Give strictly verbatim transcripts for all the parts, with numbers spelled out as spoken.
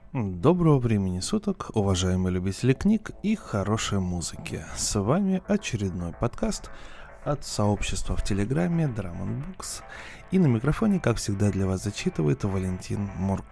Доброго времени суток, уважаемые любители книг и хорошей музыки. С вами очередной подкаст от сообщества в Телеграме Drum and Books. И на микрофоне, как всегда, для вас зачитывает Валентин Мурко.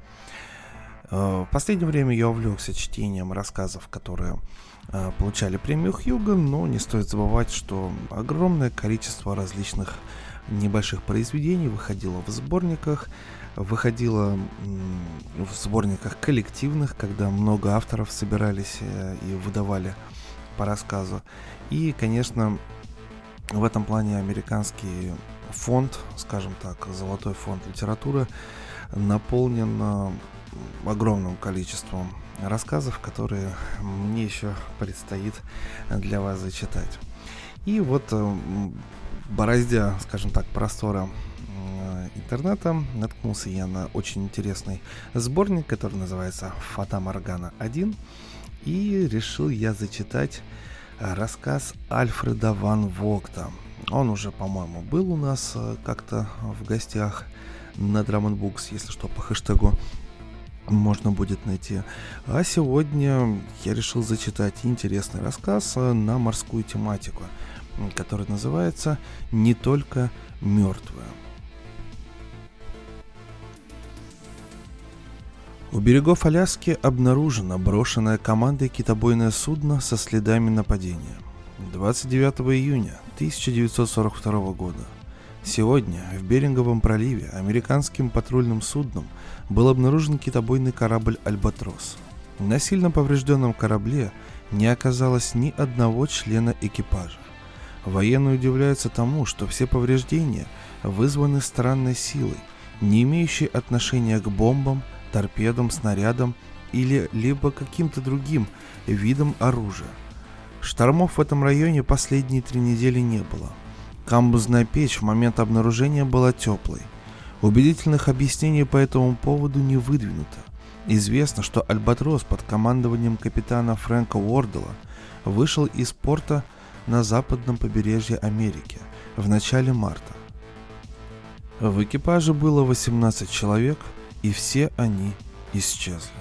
В последнее время я увлекся чтением рассказов, которые получали премию Хьюго, но не стоит забывать, что огромное количество различных небольших произведений выходило в сборниках, выходило в сборниках коллективных, когда много авторов собирались и выдавали по рассказу. И, конечно, в этом плане американский фонд, скажем так, золотой фонд литературы, наполнен огромным количеством рассказов, которые мне еще предстоит для вас зачитать. И вот, бороздя, скажем так, просторы интернета, наткнулся я на очень интересный сборник, который называется «Фата Моргана один», и решил я зачитать рассказ Альфреда ван Вогта. Он уже, по-моему, был у нас как-то в гостях на Drum and Books, если что, по хэштегу можно будет найти. А сегодня я решил зачитать интересный рассказ на морскую тематику, который называется «Не только мертвые». У берегов Аляски обнаружено брошенное командой китобойное судно со следами нападения. двадцать девятого июня тысяча девятьсот сорок второго года. Сегодня в Беринговом проливе американским патрульным судном был обнаружен китобойный корабль «Альбатрос». На сильно поврежденном корабле не оказалось ни одного члена экипажа. Военные удивляются тому, что все повреждения вызваны странной силой, не имеющей отношения к бомбам, торпедам, снарядам или либо каким-то другим видам оружия. Штормов в этом районе последние три недели не было. Камбузная печь в момент обнаружения была теплой. Убедительных объяснений по этому поводу не выдвинуто. Известно, что «Альбатрос» под командованием капитана Фрэнка Уордела вышел из порта на западном побережье Америки в начале марта. В экипаже было восемнадцать человек, и все они исчезли.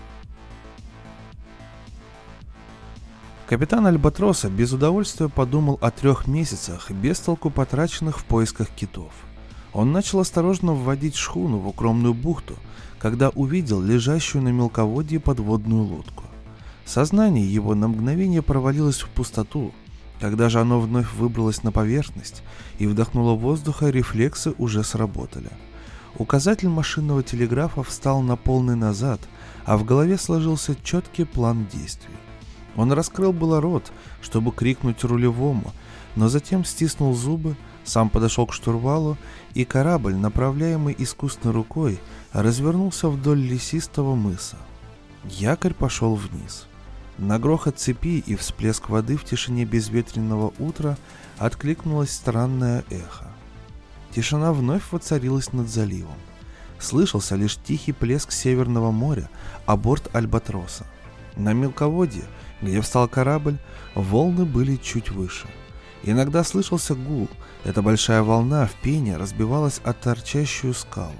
Капитан «Альбатроса» без удовольствия подумал о трех месяцах, без толку потраченных в поисках китов. Он начал осторожно вводить шхуну в укромную бухту, когда увидел лежащую на мелководье подводную лодку. Сознание его на мгновение провалилось в пустоту. Когда же оно вновь выбралось на поверхность и вдохнуло воздуха, рефлексы уже сработали. Указатель машинного телеграфа встал на полный назад, а в голове сложился четкий план действий. Он раскрыл было рот, чтобы крикнуть рулевому, но затем стиснул зубы, сам подошел к штурвалу, и корабль, направляемый искусной рукой, развернулся вдоль лесистого мыса. Якорь пошел вниз. На грохот цепи и всплеск воды в тишине безветренного утра откликнулось странное эхо. Тишина вновь воцарилась над заливом. Слышался лишь тихий плеск Северного моря, а борт «Альбатроса». На мелководье, где встал корабль, волны были чуть выше. Иногда слышался гул, эта большая волна в пене разбивалась о торчащую скалу.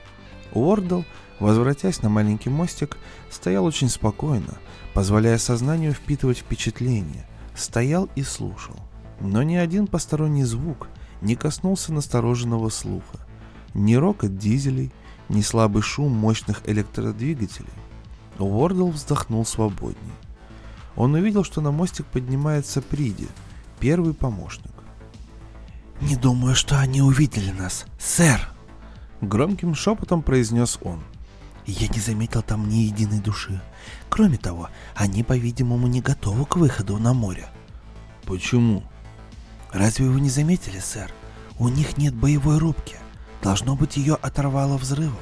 Уордл, возвратясь на маленький мостик, стоял очень спокойно, позволяя сознанию впитывать впечатления, стоял и слушал. Но ни один посторонний звук не коснулся настороженного слуха. Ни рокот дизелей, ни слабый шум мощных электродвигателей. Уордл вздохнул свободней. Он увидел, что на мостик поднимается Приди, первый помощник. «Не думаю, что они увидели нас, сэр!» Громким шепотом произнес он. «Я не заметил там ни единой души. Кроме того, они, по-видимому, не готовы к выходу на море». «Почему?» «Разве вы не заметили, сэр? У них нет боевой рубки. Должно быть, ее оторвало взрывом».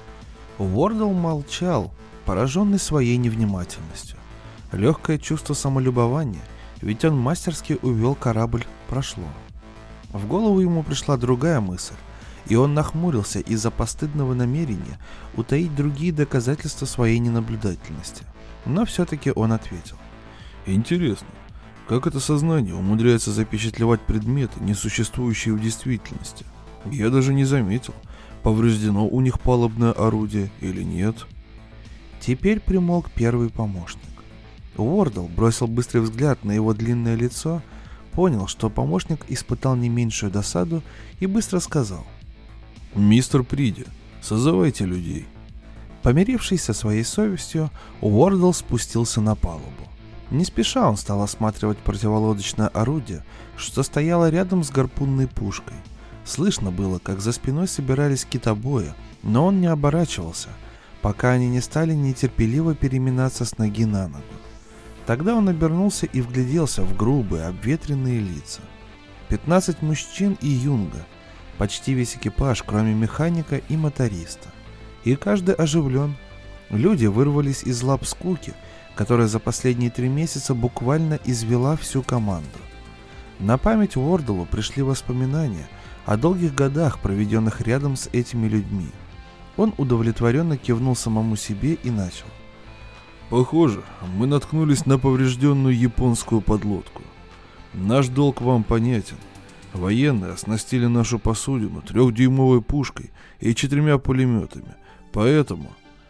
Уордл молчал, пораженный своей невнимательностью. Легкое чувство самолюбования, ведь он мастерски увел корабль, прошло. В голову ему пришла другая мысль, и он нахмурился из-за постыдного намерения утаить другие доказательства своей ненаблюдательности. Но все-таки он ответил. «Интересно, как это сознание умудряется запечатлевать предметы, несуществующие в действительности? Я даже не заметил, повреждено у них палубное орудие или нет». Теперь примолк первый помощник. Уордл бросил быстрый взгляд на его длинное лицо, понял, что помощник испытал не меньшую досаду и быстро сказал: «Мистер Приди, созывайте людей». Помирившись со своей совестью, Уордл спустился на палубу. Не спеша он стал осматривать противолодочное орудие, что стояло рядом с гарпунной пушкой. Слышно было, как за спиной собирались китобои, но он не оборачивался, пока они не стали нетерпеливо переминаться с ноги на ногу. Тогда он обернулся и вгляделся в грубые, обветренные лица. Пятнадцать мужчин и юнга, почти весь экипаж, кроме механика и моториста. И каждый оживлен. Люди вырвались из лап скуки, которая за последние три месяца буквально извела всю команду. На память Уордлу пришли воспоминания о долгих годах, проведенных рядом с этими людьми. Он удовлетворенно кивнул самому себе и начал. «Похоже, мы наткнулись на поврежденную японскую подлодку. Наш долг вам понятен. Военные оснастили нашу посудину трехдюймовой пушкой и четырьмя пулеметами, поэтому...»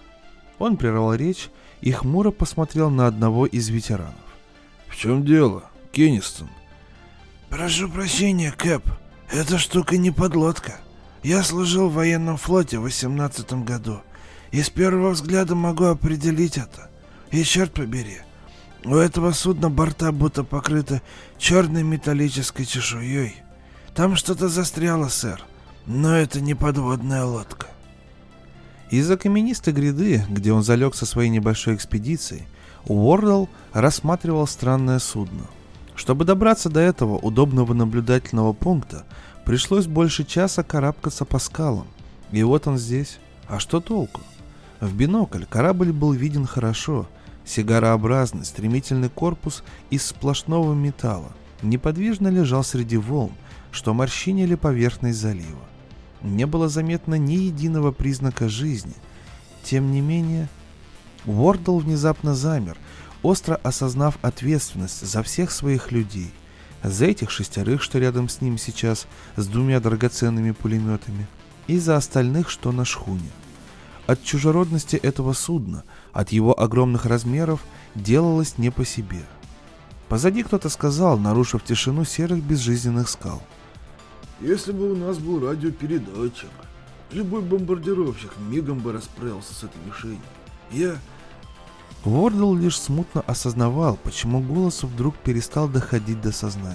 Он прервал речь и хмуро посмотрел на одного из ветеранов. «В чем дело, Кеннистон?» «Прошу прощения, Кэп, эта штука не подлодка. Я служил в военном флоте в восемнадцатом году, и с первого взгляда могу определить это. И черт побери, у этого судна борта будто покрыты черной металлической чешуей. Там что-то застряло, сэр, но это не подводная лодка». Из-за каменистой гряды, где он залег со своей небольшой экспедицией, Уордл рассматривал странное судно. Чтобы добраться до этого удобного наблюдательного пункта, пришлось больше часа карабкаться по скалам. И вот он здесь. А что толку? В бинокль корабль был виден хорошо. Сигарообразный стремительный корпус из сплошного металла неподвижно лежал среди волн, что морщинили поверхность залива. Не было заметно ни единого признака жизни. Тем не менее, Уордл внезапно замер, остро осознав ответственность за всех своих людей. За этих шестерых, что рядом с ним сейчас, с двумя драгоценными пулеметами, и за остальных, что на шхуне. От чужеродности этого судна, от его огромных размеров, делалось не по себе. Позади кто-то сказал, нарушив тишину серых безжизненных скал: «Если бы у нас был радиопередатчик, любой бомбардировщик мигом бы расправился с этой мишенью. Я...» Уордл лишь смутно осознавал, почему голос вдруг перестал доходить до сознания.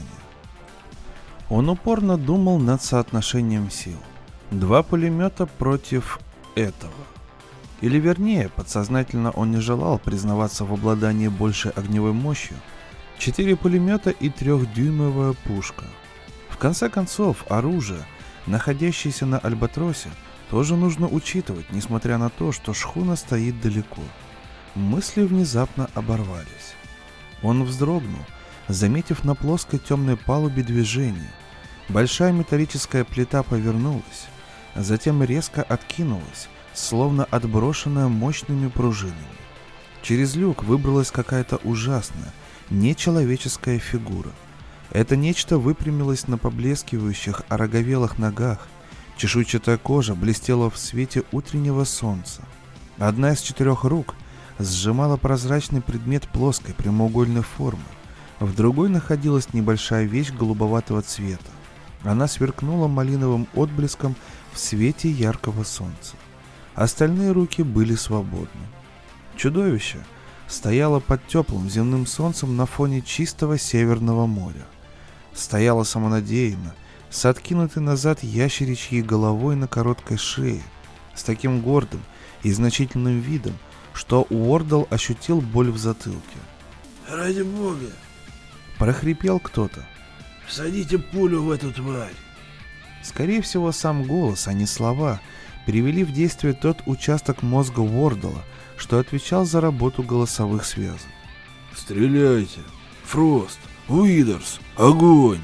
Он упорно думал над соотношением сил. Два пулемета против этого. Или вернее, подсознательно он не желал признаваться в обладании большей огневой мощью. Четыре пулемета и трехдюймовая пушка. В конце концов, оружие, находящееся на Альбатросе, тоже нужно учитывать, несмотря на то, что шхуна стоит далеко. Мысли внезапно оборвались. Он вздрогнул, заметив на плоской темной палубе движение. Большая металлическая плита повернулась, затем резко откинулась, словно отброшенная мощными пружинами. Через люк выбралась какая-то ужасная, нечеловеческая фигура. Это нечто выпрямилось на поблескивающих ороговелых ногах. Чешуйчатая кожа блестела в свете утреннего солнца. Одна из четырех рук сжимала прозрачный предмет плоской прямоугольной формы. В другой находилась небольшая вещь голубоватого цвета. Она сверкнула малиновым отблеском в свете яркого солнца. Остальные руки были свободны. Чудовище стояло под теплым земным солнцем на фоне чистого северного моря. Стояло самонадеянно, с откинутой назад ящеричьей головой на короткой шее, с таким гордым и значительным видом, что Уордл ощутил боль в затылке. «Ради бога!» — прохрипел кто-то. «Всадите пулю в эту тварь!» Скорее всего, сам голос, а не слова, привели в действие тот участок мозга Уордла, что отвечал за работу голосовых связок. «Стреляйте! Фрост! Уидерс! Огонь!»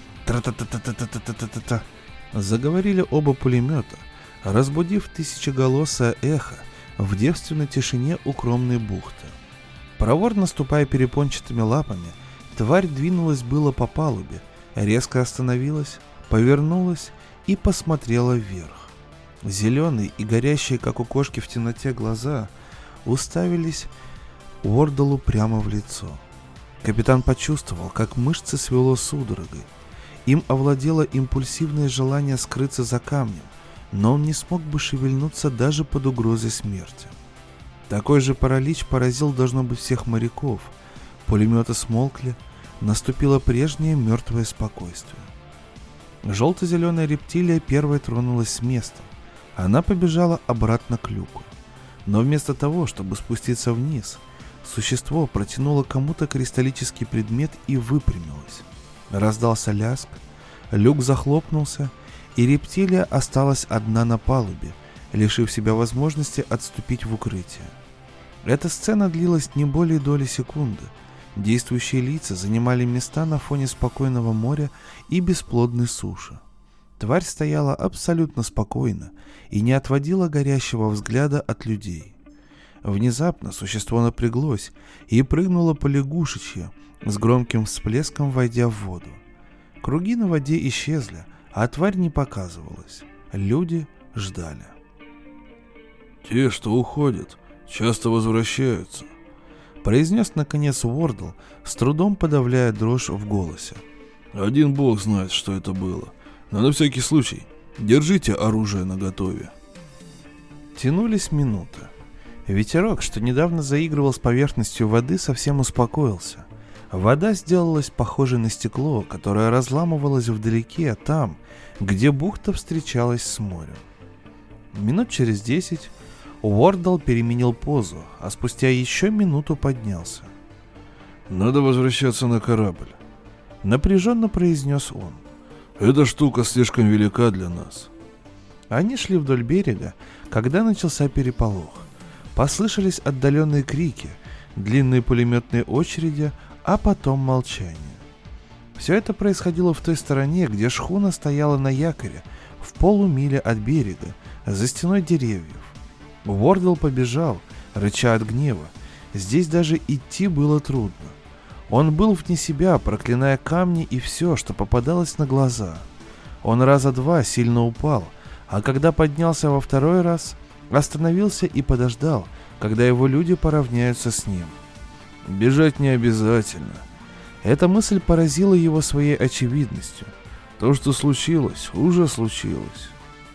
Тра-та-та-та-та-та-та-та-та. Заговорили оба пулемета, разбудив тысячеголосое эхо в девственной тишине укромной бухты. Проворно ступая перепончатыми лапами, тварь двинулась было по палубе, резко остановилась, повернулась и посмотрела вверх. Зеленые и горящие, как у кошки в темноте, глаза уставились Уордлу прямо в лицо. Капитан почувствовал, как мышцы свело судорогой. Им овладело импульсивное желание скрыться за камнем, но он не смог бы шевельнуться даже под угрозой смерти. Такой же паралич поразил, должно быть, всех моряков. Пулеметы смолкли, наступило прежнее мертвое спокойствие. Желто-зеленая рептилия первой тронулась с места. Она побежала обратно к люку. Но вместо того, чтобы спуститься вниз, существо протянуло кому-то кристаллический предмет и выпрямилось. Раздался лязг, люк захлопнулся, и рептилия осталась одна на палубе, лишив себя возможности отступить в укрытие. Эта сцена длилась не более доли секунды. Действующие лица занимали места на фоне спокойного моря и бесплодной суши. Тварь стояла абсолютно спокойно и не отводила горящего взгляда от людей. Внезапно существо напряглось и прыгнуло по лягушечье, с громким всплеском войдя в воду. Круги на воде исчезли, а тварь не показывалась. Люди ждали. «Те, что уходят, часто возвращаются», — произнес наконец Уордл, с трудом подавляя дрожь в голосе. «Один бог знает, что это было. Но на всякий случай держите оружие наготове». Тянулись минуты. Ветерок, что недавно заигрывал с поверхностью воды, совсем успокоился. Вода сделалась похожей на стекло, которое разламывалось вдалеке, там, где бухта встречалась с морем. Минут через десять Уордл переменил позу, а спустя еще минуту поднялся. «Надо возвращаться на корабль», — напряженно произнес он. «Эта штука слишком велика для нас». Они шли вдоль берега, когда начался переполох. Послышались отдаленные крики, длинные пулеметные очереди, а потом молчание. Все это происходило в той стороне, где шхуна стояла на якоре, в полумиле от берега, за стеной деревьев. Уордл побежал, рыча от гнева. Здесь даже идти было трудно. Он был вне себя, проклиная камни и все, что попадалось на глаза. Он раза два сильно упал, а когда поднялся во второй раз, остановился и подождал, когда его люди поравняются с ним. «Бежать не обязательно». Эта мысль поразила его своей очевидностью. То, что случилось, уже случилось.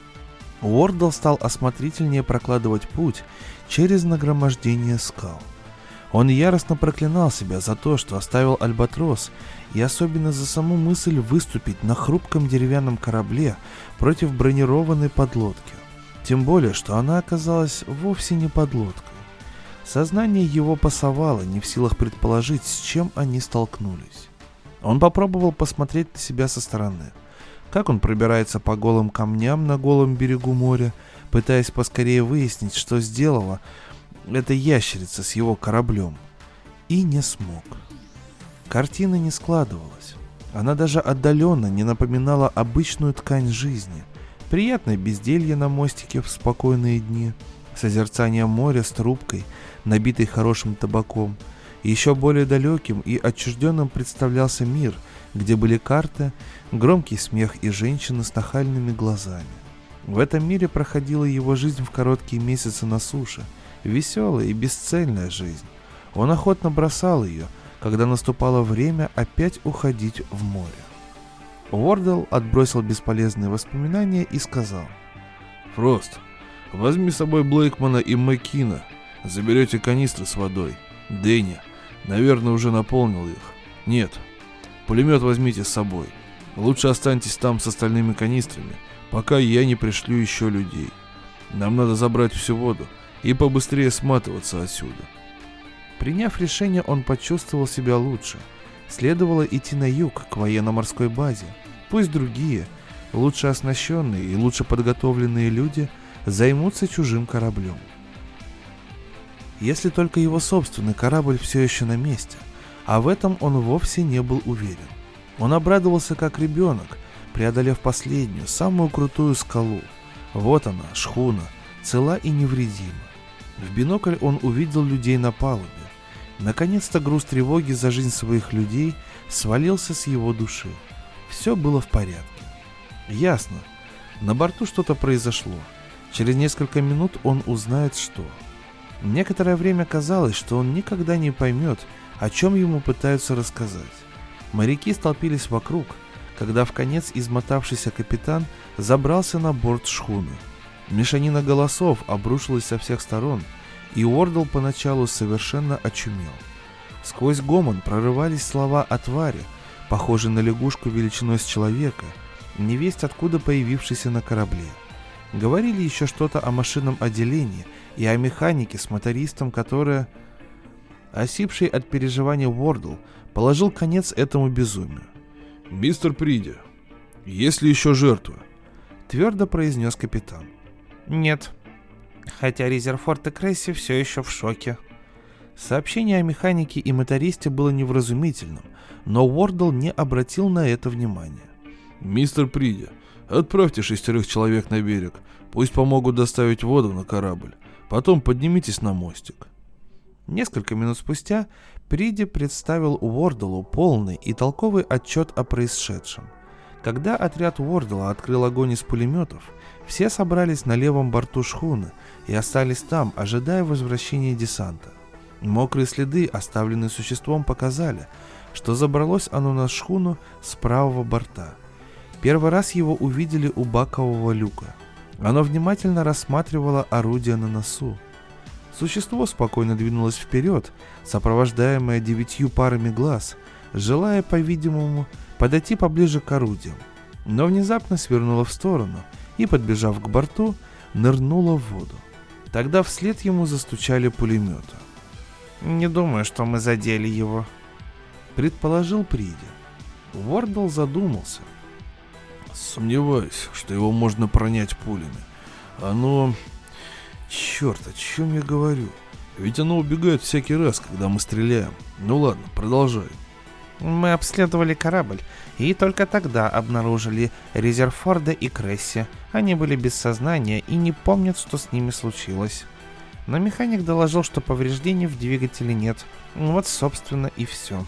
Уордл стал осмотрительнее прокладывать путь через нагромождение скал. Он яростно проклинал себя за то, что оставил Альбатрос, и особенно за саму мысль выступить на хрупком деревянном корабле против бронированной подлодки. Тем более, что она оказалась вовсе не подлодкой. Сознание его пасовало, не в силах предположить, с чем они столкнулись. Он попробовал посмотреть на себя со стороны. Как он пробирается по голым камням на голом берегу моря, пытаясь поскорее выяснить, что сделала эта ящерица с его кораблем. И не смог. Картина не складывалась. Она даже отдаленно не напоминала обычную ткань жизни. Приятное безделье на мостике в спокойные дни, созерцание моря с трубкой, набитой хорошим табаком. И еще более далеким и отчужденным представлялся мир, где были карты, громкий смех и женщины с нахальными глазами. В этом мире проходила его жизнь в короткие месяцы на суше, веселая и бесцельная жизнь. Он охотно бросал ее, когда наступало время опять уходить в море. Уордл отбросил бесполезные воспоминания и сказал: «Фрост, возьми с собой Блейкмана и Маккина. Заберете канистры с водой. Дэнни, наверное, уже наполнил их. Нет, пулемет возьмите с собой. Лучше останьтесь там с остальными канистрами, пока я не пришлю еще людей. Нам надо забрать всю воду и побыстрее сматываться отсюда». Приняв решение, он почувствовал себя лучше. Следовало идти на юг, к военно-морской базе. Пусть другие, лучше оснащенные и лучше подготовленные люди займутся чужим кораблем. Если только его собственный корабль все еще на месте, а в этом он вовсе не был уверен. Он обрадовался как ребенок, преодолев последнюю, самую крутую скалу. Вот она, шхуна, цела и невредима. В бинокль он увидел людей на палубе. Наконец-то груз тревоги за жизнь своих людей свалился с его души. Все было в порядке. Ясно. На борту что-то произошло. Через несколько минут он узнает, что. Некоторое время казалось, что он никогда не поймет, о чем ему пытаются рассказать. Моряки столпились вокруг, когда вконец измотавшийся капитан забрался на борт шхуны. Мешанина голосов обрушилась со всех сторон, и Уордл поначалу совершенно очумел. Сквозь гомон прорывались слова о твари, похожей на лягушку величиной с человека, невесть откуда появившейся на корабле. Говорили еще что-то о машинном отделении и о механике с мотористом, которая... Осипший от переживания Уордл положил конец этому безумию. «Мистер Приди, есть ли еще жертвы?» — твердо произнес капитан. «Нет. Хотя Резерфорд и Кресси все еще в шоке». Сообщение о механике и мотористе было невразумительным, но Уордл не обратил на это внимания. «Мистер Приди, отправьте шестерых человек на берег, пусть помогут доставить воду на корабль. Потом поднимитесь на мостик». Несколько минут спустя Приди представил Уордлу полный и толковый отчет о происшедшем. Когда отряд Уордла открыл огонь из пулеметов, все собрались на левом борту шхуны и остались там, ожидая возвращения десанта. Мокрые следы, оставленные существом, показали, что забралось оно на шхуну с правого борта. Первый раз его увидели у бакового люка. Оно внимательно рассматривало орудие на носу. Существо спокойно двинулось вперед, сопровождаемое девятью парами глаз, желая, по-видимому, подойти поближе к орудиям, но внезапно свернуло в сторону и, подбежав к борту, нырнуло в воду. Тогда вслед ему застучали пулеметы. «Не думаю, что мы задели его», — предположил Приди. Уордл задумался. «Сомневаюсь, что его можно пронять пулями. Оно... Черт, о чем я говорю? Ведь оно убегает всякий раз, когда мы стреляем. Ну ладно, продолжай». «Мы обследовали корабль, и только тогда обнаружили Резерфорда и Кресси. Они были без сознания и не помнят, что с ними случилось. Но механик доложил, что повреждений в двигателе нет. Вот, собственно, и все».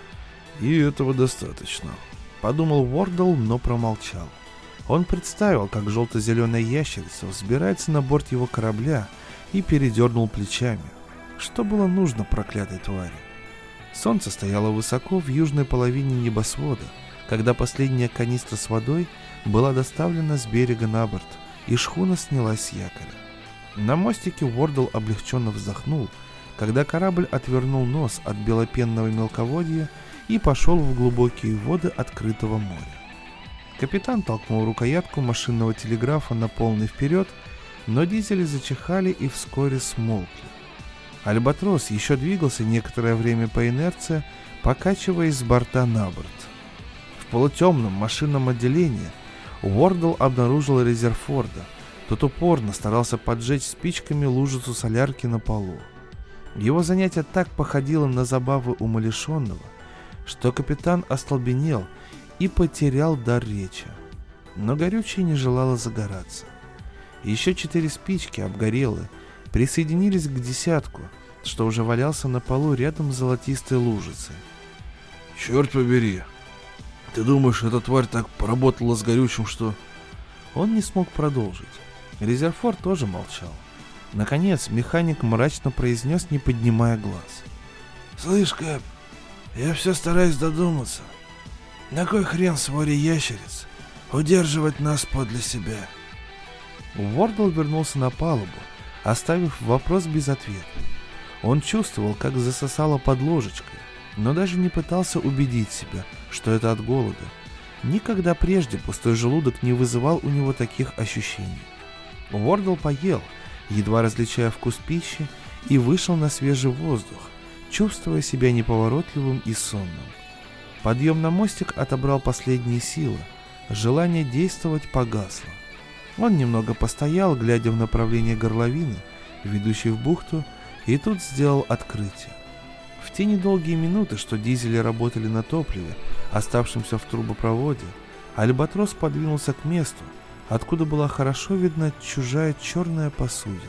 «И этого достаточно», — подумал Уордл, но промолчал. Он представил, как желто-зеленая ящерица взбирается на борт его корабля, и передернул плечами. Что было нужно проклятой твари? Солнце стояло высоко в южной половине небосвода, когда последняя канистра с водой была доставлена с берега на борт, и шхуна снялась с якоря. На мостике Уордл облегченно вздохнул, когда корабль отвернул нос от белопенного мелководья и пошел в глубокие воды открытого моря. Капитан толкнул рукоятку машинного телеграфа на полный вперед, но дизели зачихали и вскоре смолкли. Альбатрос еще двигался некоторое время по инерции, покачиваясь с борта на борт. В полутемном машинном отделении Уордл обнаружил Резерфорда. Тот упорно старался поджечь спичками лужицу солярки на полу. Его занятие так походило на забавы умалишенного, что капитан остолбенел и потерял дар речи. Но горючее не желало загораться. Еще четыре спички, обгорелые, присоединились к десятку, что уже валялся на полу рядом с золотистой лужицей. «Черт побери! Ты думаешь, эта тварь так поработала с горючим, что...» Он не смог продолжить. Резерфорд тоже молчал. Наконец, механик мрачно произнес, не поднимая глаз. «Слышь, Кэп, я все стараюсь додуматься. На кой хрен своре ящериц удерживать нас подле себя?» Уордл вернулся на палубу, оставив вопрос без ответа. Он чувствовал, как засосало под ложечкой, но даже не пытался убедить себя, что это от голода. Никогда прежде пустой желудок не вызывал у него таких ощущений. Уордл поел, едва различая вкус пищи, и вышел на свежий воздух, чувствуя себя неповоротливым и сонным. Подъем на мостик отобрал последние силы, желание действовать погасло. Он немного постоял, глядя в направлении горловины, ведущей в бухту, и тут сделал открытие. В те недолгие минуты, что дизели работали на топливе, оставшемся в трубопроводе, Альбатрос подвинулся к месту, откуда была хорошо видна чужая черная посудина.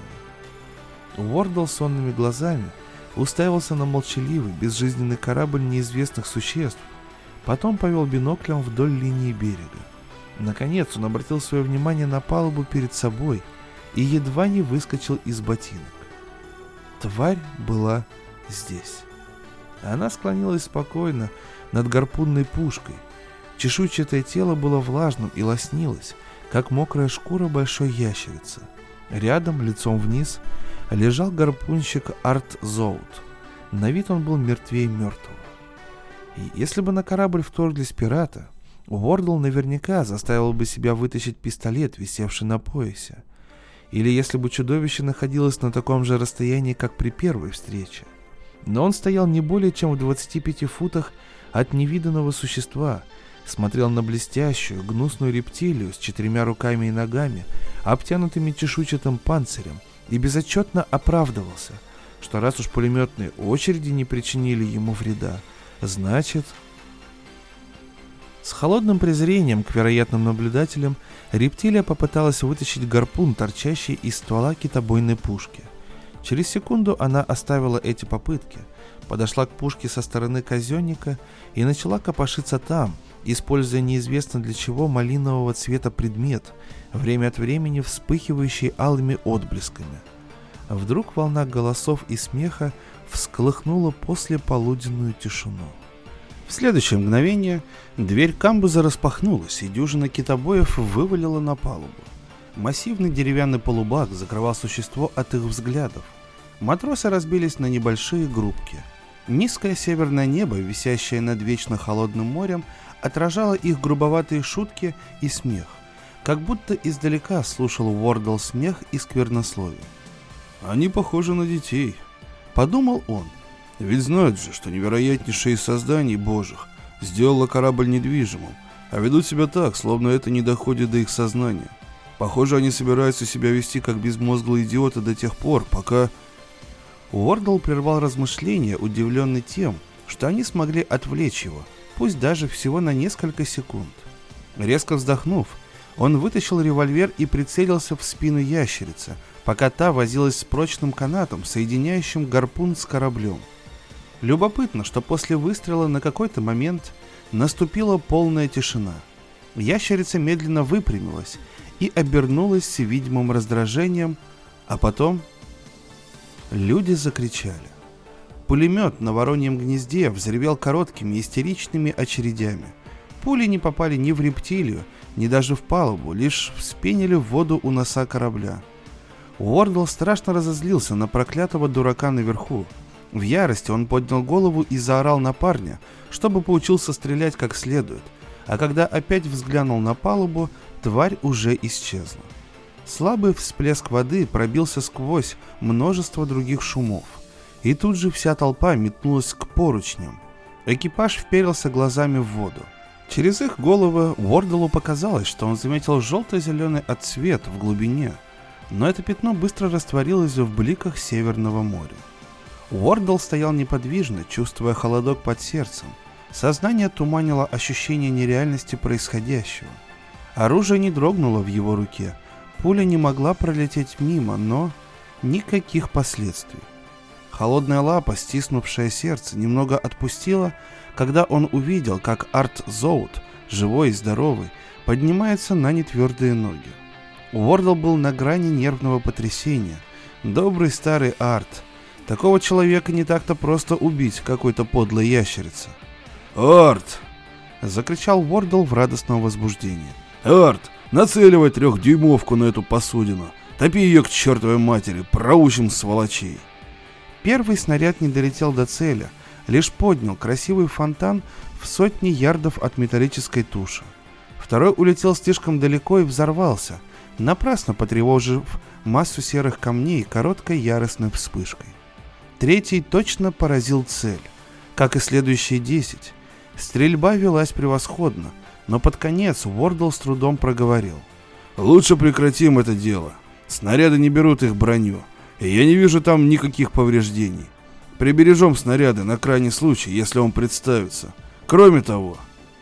Уордл сонными глазами уставился на молчаливый, безжизненный корабль неизвестных существ, потом повел биноклем вдоль линии берега. Наконец он обратил свое внимание на палубу перед собой и едва не выскочил из ботинок. Тварь была здесь. Она склонилась спокойно над гарпунной пушкой. Чешуйчатое тело было влажным и лоснилось, как мокрая шкура большой ящерицы. Рядом, лицом вниз, лежал гарпунщик Арт Зоут. На вид он был мертвее мертвого. И если бы на корабль вторглись пираты, Уордл наверняка заставил бы себя вытащить пистолет, висевший на поясе. Или если бы чудовище находилось на таком же расстоянии, как при первой встрече. Но он стоял не более чем в двадцати пяти футах от невиданного существа, смотрел на блестящую, гнусную рептилию с четырьмя руками и ногами, обтянутыми чешуйчатым панцирем, и безотчетно оправдывался, что раз уж пулеметные очереди не причинили ему вреда, значит... С холодным презрением к вероятным наблюдателям рептилия попыталась вытащить гарпун, торчащий из ствола китобойной пушки. Через секунду она оставила эти попытки, подошла к пушке со стороны казенника и начала копошиться там, используя неизвестно для чего малинового цвета предмет, время от времени вспыхивающий алыми отблесками. Вдруг волна голосов и смеха всколыхнула послеполуденную тишину. В следующее мгновение дверь камбуза распахнулась, и дюжина китобоев вывалила на палубу. Массивный деревянный полубак закрывал существо от их взглядов. Матросы разбились на небольшие группки. Низкое северное небо, висящее над вечно холодным морем, отражало их грубоватые шутки и смех, как будто издалека слушал Уордл смех и сквернословие. «Они похожи на детей», — подумал он. «Ведь знают же, что невероятнейшее из созданий божьих сделало корабль недвижимым, а ведут себя так, словно это не доходит до их сознания. Похоже, они собираются себя вести как безмозглые идиоты до тех пор, пока...» Уордл прервал размышления, удивленный тем, что они смогли отвлечь его, пусть даже всего на несколько секунд. Резко вздохнув, он вытащил револьвер и прицелился в спину ящерицы, пока та возилась с прочным канатом, соединяющим гарпун с кораблем. Любопытно, что после выстрела на какой-то момент наступила полная тишина. Ящерица медленно выпрямилась и обернулась с видимым раздражением, а потом люди закричали. Пулемет на вороньем гнезде взревел короткими истеричными очередями. Пули не попали ни в рептилию, ни даже в палубу, лишь вспенили в воду у носа корабля. Уордл страшно разозлился на проклятого дурака наверху. В ярости он поднял голову и заорал на парня, чтобы поучился стрелять как следует, а когда опять взглянул на палубу, тварь уже исчезла. Слабый всплеск воды пробился сквозь множество других шумов, и тут же вся толпа метнулась к поручням. Экипаж вперился глазами в воду. Через их головы Уордлу показалось, что он заметил желто-зеленый отсвет в глубине, но это пятно быстро растворилось в бликах Северного моря. Уордл стоял неподвижно, чувствуя холодок под сердцем. Сознание туманило ощущение нереальности происходящего. Оружие не дрогнуло в его руке, пуля не могла пролететь мимо, но никаких последствий. Холодная лапа, стиснувшая сердце, немного отпустила, когда он увидел, как Арт Зоут, живой и здоровый, поднимается на нетвердые ноги. Уордл был на грани нервного потрясения. Добрый старый Арт. Такого человека не так-то просто убить какой-то подлой ящерице. «Арт!» — закричал Уордл в радостном возбуждении. «Арт, нацеливай трехдюймовку на эту посудину. Топи ее к чертовой матери, проучим сволочей!» Первый снаряд не долетел до цели, лишь поднял красивый фонтан в сотни ярдов от металлической туши. Второй улетел слишком далеко и взорвался, напрасно потревожив массу серых камней короткой яростной вспышкой. Третий точно поразил цель, как и следующие десять. Стрельба велась превосходно, но под конец Уордл с трудом проговорил: «Лучше прекратим это дело. Снаряды не берут их броню, и я не вижу там никаких повреждений. Прибережем снаряды на крайний случай, если он представится. Кроме того...»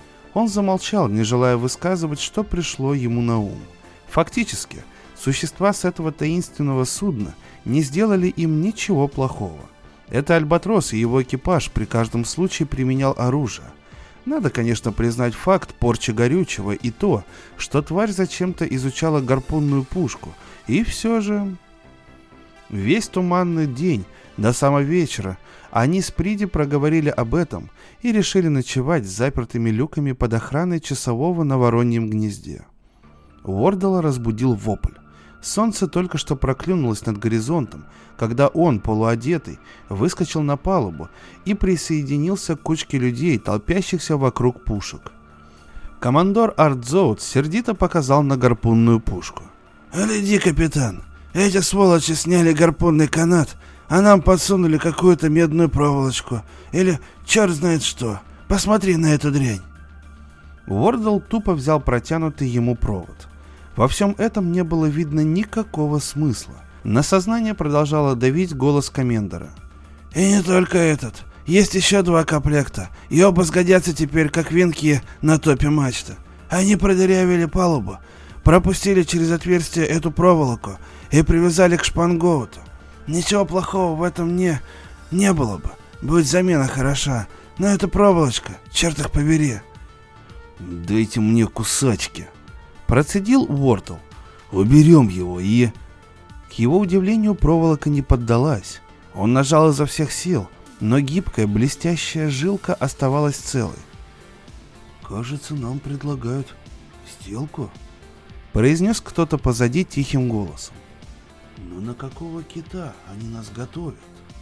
Он замолчал, не желая высказывать, что пришло ему на ум. Фактически, существа с этого таинственного судна не сделали им ничего плохого. Это Альбатрос и его экипаж при каждом случае применял оружие. Надо, конечно, признать факт порчи горючего и то, что тварь зачем-то изучала гарпунную пушку, и все же... Весь туманный день До самого вечера они с Приди проговорили об этом и решили ночевать с запертыми люками под охраной часового на вороньем гнезде. Уордала разбудил вопль. Солнце только что проклюнулось над горизонтом, когда он, полуодетый, выскочил на палубу и присоединился к кучке людей, толпящихся вокруг пушек. Командор Артзоут сердито показал на гарпунную пушку. «Гляди, капитан, эти сволочи сняли гарпунный канат, а нам подсунули какую-то медную проволочку, или черт знает что. Посмотри на эту дрянь». Уордл тупо взял протянутый ему провод. Во всем этом не было видно никакого смысла. На сознание продолжало давить голос комендора. «И не только этот. Есть еще два комплекта, и оба сгодятся теперь как венки на топе мачты. Они продырявили палубу, пропустили через отверстие эту проволоку и привязали к шпангоуту. Ничего плохого в этом не... не было бы. Будь замена хороша, но эта проволочка, черт их побери». «Дайте мне кусачки», — процедил Уордл. «Уберем его и...» К его удивлению, проволока не поддалась. Он нажал изо всех сил, но гибкая, блестящая жилка оставалась целой. «Кажется, нам предлагают сделку», — произнес кто-то позади тихим голосом. «Но на какого кита они нас готовят?»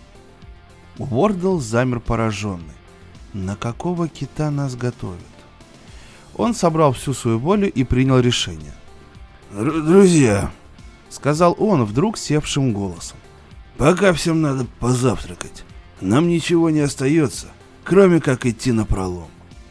Уордл замер пораженный. На какого кита нас готовят? Он собрал всю свою волю и принял решение. «Друзья», — сказал он вдруг севшим голосом, — «пока всем надо позавтракать. Нам ничего не остается, кроме как идти напролом».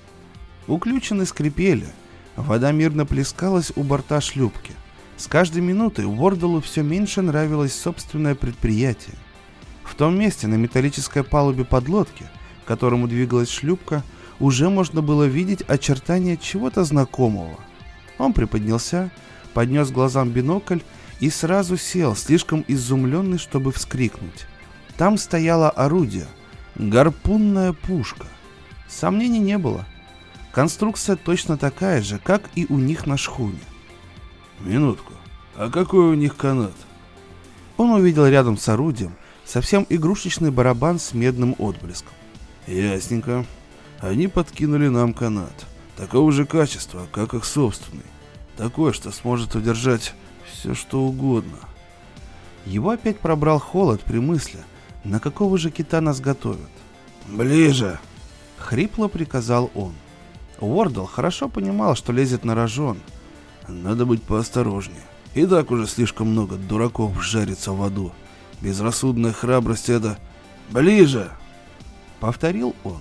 Уключены скрипели. Вода мирно плескалась у борта шлюпки. С каждой минутой Уордлу все меньше нравилось собственное предприятие. В том месте на металлической палубе подлодки, к которому двигалась шлюпка, уже можно было видеть очертания чего-то знакомого. Он приподнялся, поднес глазам бинокль и сразу сел, слишком изумленный, чтобы вскрикнуть. Там стояло орудие, гарпунная пушка. Сомнений не было. Конструкция точно такая же, как и у них на шхуне. «Минутку, а какой у них канат?» Он увидел рядом с орудием совсем игрушечный барабан с медным отблеском. «Ясненько. Они подкинули нам канат. Такого же качества, как их собственный. Такой, что сможет удержать все что угодно». Его опять пробрал холод при мысли, на какого же кита нас готовят. «Ближе!» — хрипло приказал он. Уордл хорошо понимал, что лезет на рожон. «Надо быть поосторожнее. И так уже слишком много дураков жарится в аду. Безрассудная храбрость — это... Ближе!» — повторил он.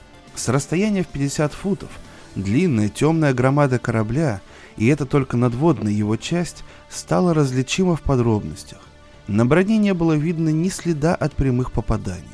С расстояния в пятьдесят футов длинная темная громада корабля, и это только надводная его часть, стала различима в подробностях. На броне не было видно ни следа от прямых попаданий.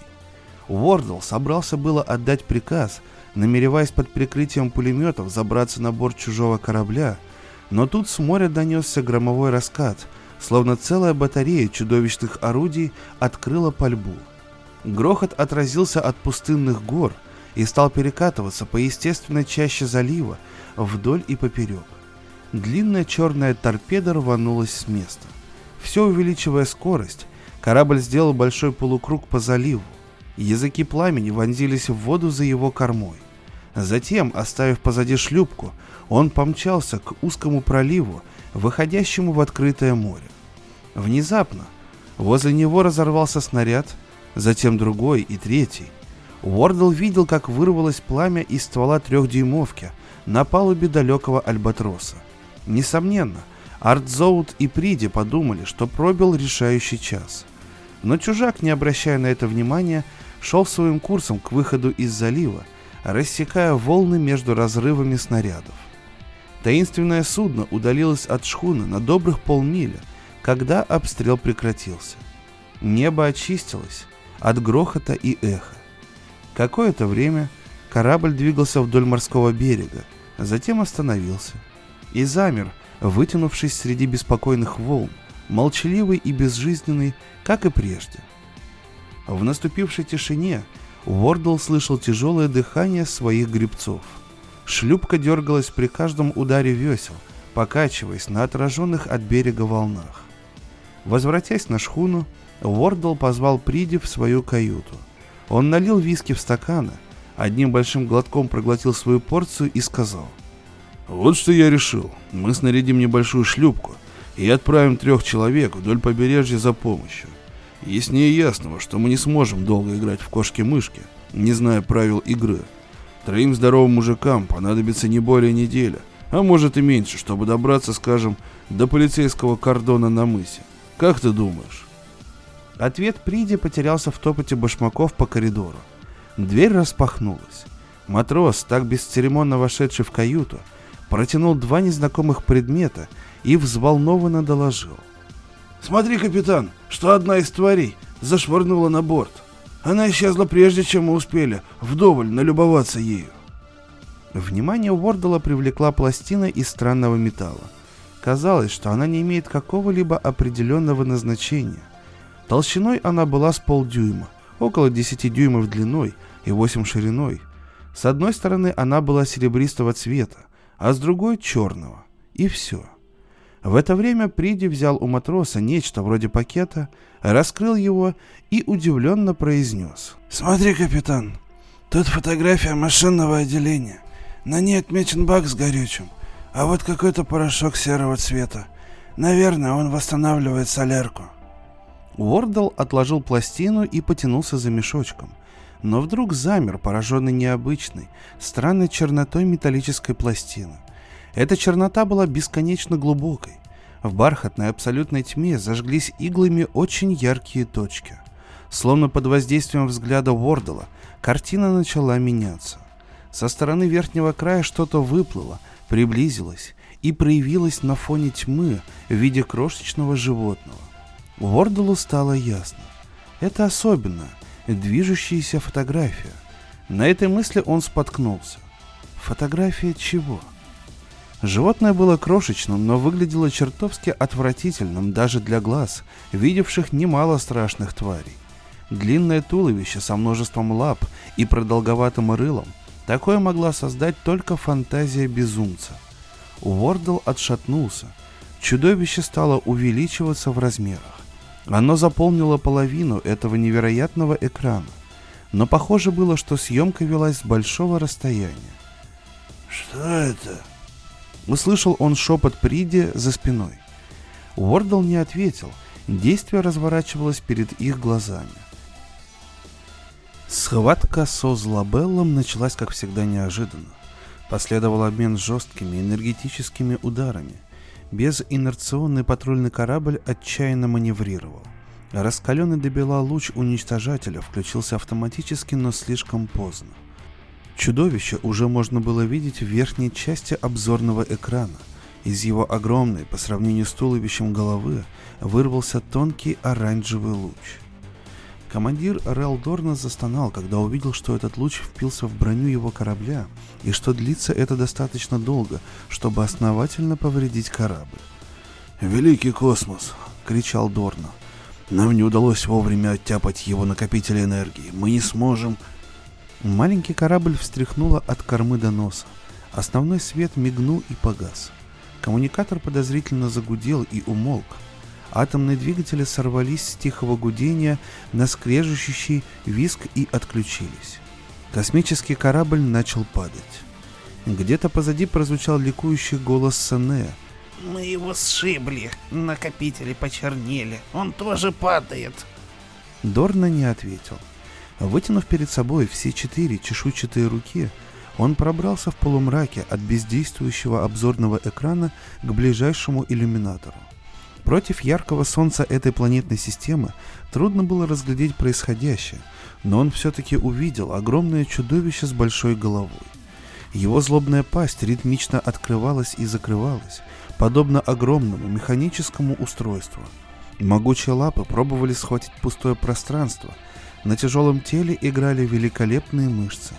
Уордл собрался было отдать приказ, намереваясь под прикрытием пулеметов забраться на борт чужого корабля, но тут с моря донесся громовой раскат, словно целая батарея чудовищных орудий открыла пальбу. Грохот отразился от пустынных гор и стал перекатываться по естественной чаще залива вдоль и поперек. Длинная черная торпеда рванулась с места. Все увеличивая скорость, корабль сделал большой полукруг по заливу. Языки пламени вонзились в воду за его кормой. Затем, оставив позади шлюпку, он помчался к узкому проливу, выходящему в открытое море. Внезапно возле него разорвался снаряд, затем другой и третий. Уордл видел, как вырвалось пламя из ствола трехдюймовки на палубе далекого Альбатроса. Несомненно, Артзоут и Приди подумали, что пробил решающий час. Но чужак, не обращая на это внимания, шел своим курсом к выходу из залива, рассекая волны между разрывами снарядов. Таинственное судно удалилось от шхуны на добрых полмили, когда обстрел прекратился. Небо очистилось от грохота и эха. Какое-то время корабль двигался вдоль морского берега, затем остановился и замер, вытянувшись среди беспокойных волн, молчаливый и безжизненный, как и прежде. В наступившей тишине Уордл слышал тяжелое дыхание своих гребцов. Шлюпка дергалась при каждом ударе весел, покачиваясь на отраженных от берега волнах. Возвратясь на шхуну, Уордл позвал Приди в свою каюту. Он налил виски в стаканы, одним большим глотком проглотил свою порцию и сказал: «Вот что я решил. Мы снарядим небольшую шлюпку и отправим трех человек вдоль побережья за помощью. Яснее ясного, что мы не сможем долго играть в кошки-мышки, не зная правил игры. Троим здоровым мужикам понадобится не более недели, а может и меньше, чтобы добраться, скажем, до полицейского кордона на мысе. Как ты думаешь?» Ответ Приди потерялся в топоте башмаков по коридору. Дверь распахнулась. Матрос, так бесцеремонно вошедший в каюту, протянул два незнакомых предмета и взволнованно доложил: «Смотри, капитан, что одна из тварей зашвырнула на борт. Она исчезла прежде, чем мы успели вдоволь налюбоваться ею». Внимание Уордла привлекла пластина из странного металла. Казалось, что она не имеет какого-либо определенного назначения. Толщиной она была с полдюйма, около десяти дюймов длиной и восемь шириной. С одной стороны она была серебристого цвета, а с другой черного. И все. В это время Приди взял у матроса нечто вроде пакета, раскрыл его и удивленно произнес: «Смотри, капитан, тут фотография машинного отделения. На ней отмечен бак с горючим, а вот какой-то порошок серого цвета. Наверное, он восстанавливает солярку». Уордл отложил пластину и потянулся за мешочком, но вдруг замер, пораженный необычной, странной чернотой металлической пластины. Эта чернота была бесконечно глубокой. В бархатной абсолютной тьме зажглись иглами очень яркие точки. Словно под воздействием взгляда Уордла картина начала меняться. Со стороны верхнего края что-то выплыло, приблизилось и проявилось на фоне тьмы в виде крошечного животного. Уордлу стало ясно. Это особенная, движущаяся фотография. На этой мысли он споткнулся. Фотография чего? Животное было крошечным, но выглядело чертовски отвратительным даже для глаз, видевших немало страшных тварей. Длинное туловище со множеством лап и продолговатым рылом — такое могла создать только фантазия безумца. Уордл отшатнулся. Чудовище стало увеличиваться в размерах. Оно заполнило половину этого невероятного экрана, но похоже было, что съемка велась с большого расстояния. «Что это?» Услышал он шепот Приди за спиной. Уордл не ответил, действие разворачивалось перед их глазами. Схватка со Злобеллом началась, как всегда, неожиданно. Последовал обмен жесткими энергетическими ударами. Безинерционный патрульный корабль отчаянно маневрировал. Раскаленный до бела луч уничтожателя включился автоматически, но слишком поздно. Чудовище уже можно было видеть в верхней части обзорного экрана. Из его огромной, по сравнению с туловищем головы, вырвался тонкий оранжевый луч. Командир Рэл Дорна застонал, когда увидел, что этот луч впился в броню его корабля, и что длится это достаточно долго, чтобы основательно повредить корабль. «Великий космос!» — кричал Дорна. «Нам не удалось вовремя оттяпать его накопители энергии. Мы не сможем...» Маленький корабль встряхнуло от кормы до носа. Основной свет мигнул и погас. Коммуникатор подозрительно загудел и умолк. Атомные двигатели сорвались с тихого гудения на скрежещущий визг и отключились. Космический корабль начал падать. Где-то позади прозвучал ликующий голос Сенея. «Мы его сшибли, накопители почернели, он тоже падает». Дорна не ответил. Вытянув перед собой все четыре чешуйчатые руки, он пробрался в полумраке от бездействующего обзорного экрана к ближайшему иллюминатору. Против яркого солнца этой планетной системы трудно было разглядеть происходящее, но он все-таки увидел огромное чудовище с большой головой. Его злобная пасть ритмично открывалась и закрывалась, подобно огромному механическому устройству. Могучие лапы пробовали схватить пустое пространство, на тяжелом теле играли великолепные мышцы.